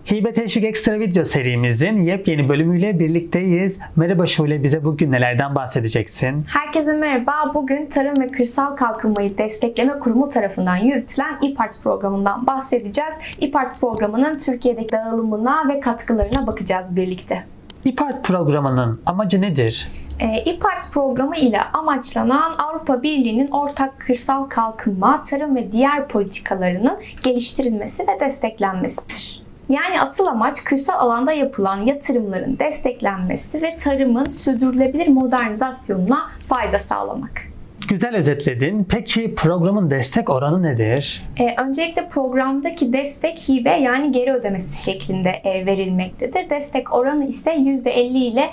Hibe Teşvik Ekstra video serimizin yepyeni bölümüyle birlikteyiz. Merhaba Şule, bize bugün nelerden bahsedeceksin? Herkese merhaba. Bugün Tarım ve Kırsal Kalkınmayı Destekleme Kurumu tarafından yürütülen İPART programından bahsedeceğiz. İPART programının Türkiye'deki dağılımına ve katkılarına bakacağız birlikte. İPART programının amacı nedir? İPART programı ile amaçlanan Avrupa Birliği'nin ortak kırsal kalkınma, tarım ve diğer politikalarının geliştirilmesi ve desteklenmesidir. Yani asıl amaç kırsal alanda yapılan yatırımların desteklenmesi ve tarımın sürdürülebilir modernizasyonuna fayda sağlamak. Güzel özetledin. Peki programın destek oranı nedir? Öncelikle programdaki destek hibe yani geri ödemesi şeklinde verilmektedir. Destek oranı ise %50 ile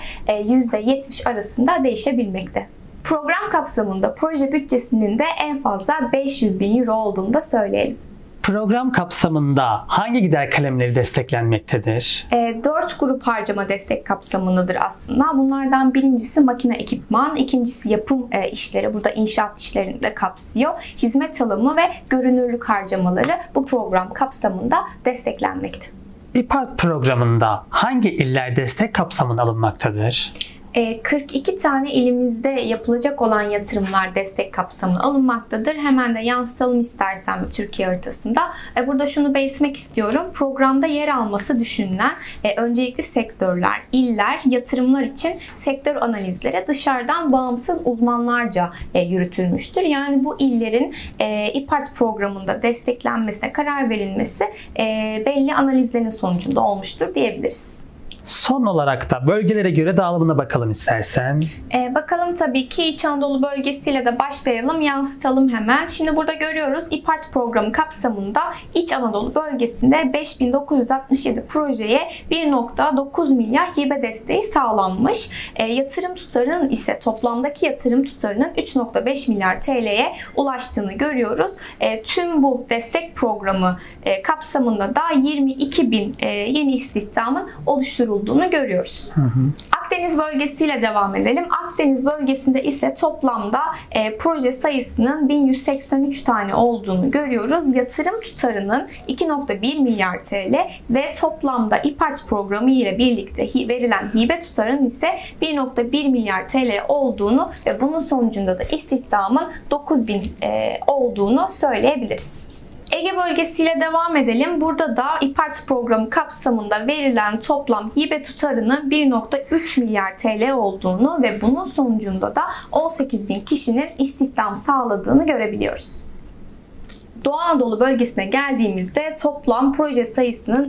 %70 arasında değişebilmekte. Program kapsamında proje bütçesinin de en fazla 500.000 euro olduğunu da söyleyelim. Program kapsamında hangi gider kalemleri desteklenmektedir? 4 grup harcama destek kapsamındadır aslında. Bunlardan birincisi makine ekipman, ikincisi yapım işleri, burada inşaat işlerini de kapsıyor. Hizmet alımı ve görünürlük harcamaları bu program kapsamında desteklenmekte. İPART programında hangi iller destek kapsamına alınmaktadır? 42 tane ilimizde yapılacak olan yatırımlar destek kapsamına alınmaktadır. Hemen de yansıtalım istersen Türkiye haritasında. Burada şunu belirtmek istiyorum. Programda yer alması düşünülen öncelikli sektörler, iller, yatırımlar için sektör analizleri dışarıdan bağımsız uzmanlarca yürütülmüştür. Yani bu illerin İPART programında desteklenmesine karar verilmesi belli analizlerin sonucunda olmuştur diyebiliriz. Son olarak da bölgelere göre dağılımına bakalım istersen. Bakalım tabii ki İç Anadolu bölgesiyle de başlayalım, yansıtalım hemen. Şimdi burada görüyoruz İPART programı kapsamında İç Anadolu bölgesinde 5967 projeye 1.9 milyar hibe desteği sağlanmış. Yatırım tutarının ise toplamdaki yatırım tutarının 3.5 milyar TL'ye ulaştığını görüyoruz. Tüm bu destek programı kapsamında da 22.000 yeni istihdamın oluşturulduğunu görüyoruz. Akdeniz bölgesiyle devam edelim. Akdeniz bölgesinde ise toplamda proje sayısının 1183 tane olduğunu görüyoruz. Yatırım tutarının 2.1 milyar TL ve toplamda İPART programı ile birlikte verilen hibe tutarının ise 1.1 milyar TL olduğunu ve bunun sonucunda da istihdamın 9.000 olduğunu söyleyebiliriz. Ege bölgesiyle devam edelim. Burada da İPART programı kapsamında verilen toplam hibe tutarının 1.3 milyar TL olduğunu ve bunun sonucunda da 18.000 kişinin istihdam sağladığını görebiliyoruz. Doğu Anadolu bölgesine geldiğimizde toplam proje sayısının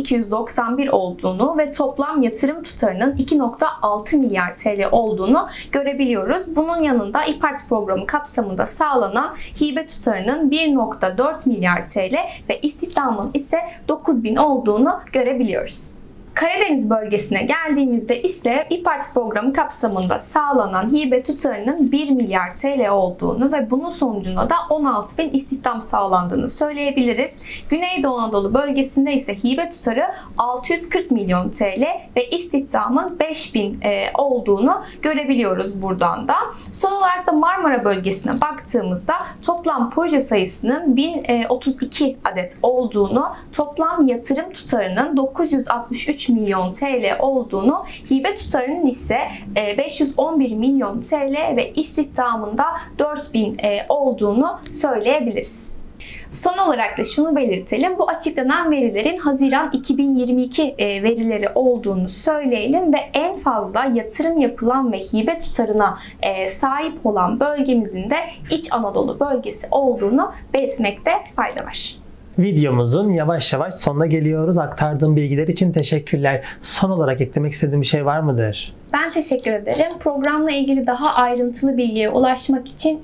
2291 olduğunu ve toplam yatırım tutarının 2.6 milyar TL olduğunu görebiliyoruz. Bunun yanında İPART programı kapsamında sağlanan hibe tutarının 1.4 milyar TL ve istihdamın ise 9.000 olduğunu görebiliyoruz. Karadeniz bölgesine geldiğimizde ise İPART programı kapsamında sağlanan hibe tutarının 1 milyar TL olduğunu ve bunun sonucunda da 16.000 istihdam sağlandığını söyleyebiliriz. Güneydoğu Anadolu bölgesinde ise hibe tutarı 640 milyon TL ve istihdamın 5.000 olduğunu görebiliyoruz buradan da. Son olarak da Marmara bölgesine baktığımızda toplam proje sayısının 1032 adet olduğunu, toplam yatırım tutarının 963 milyon TL olduğunu, hibe tutarının ise 511 milyon TL ve istihdamında 4.000 olduğunu söyleyebiliriz. Son olarak da şunu belirtelim. Bu açıklanan verilerin Haziran 2022 verileri olduğunu söyleyelim ve en fazla yatırım yapılan ve hibe tutarına sahip olan bölgemizin de İç Anadolu bölgesi olduğunu belirtmekte fayda var. Videomuzun yavaş yavaş sonuna geliyoruz. Aktardığım bilgiler için teşekkürler. Son olarak eklemek istediğim bir şey var mıdır? Ben teşekkür ederim. Programla ilgili daha ayrıntılı bilgiye ulaşmak için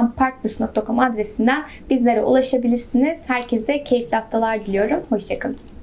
info@ikarosanpartners.com adresinden bizlere ulaşabilirsiniz. Herkese keyifli haftalar diliyorum. Hoşça kalın.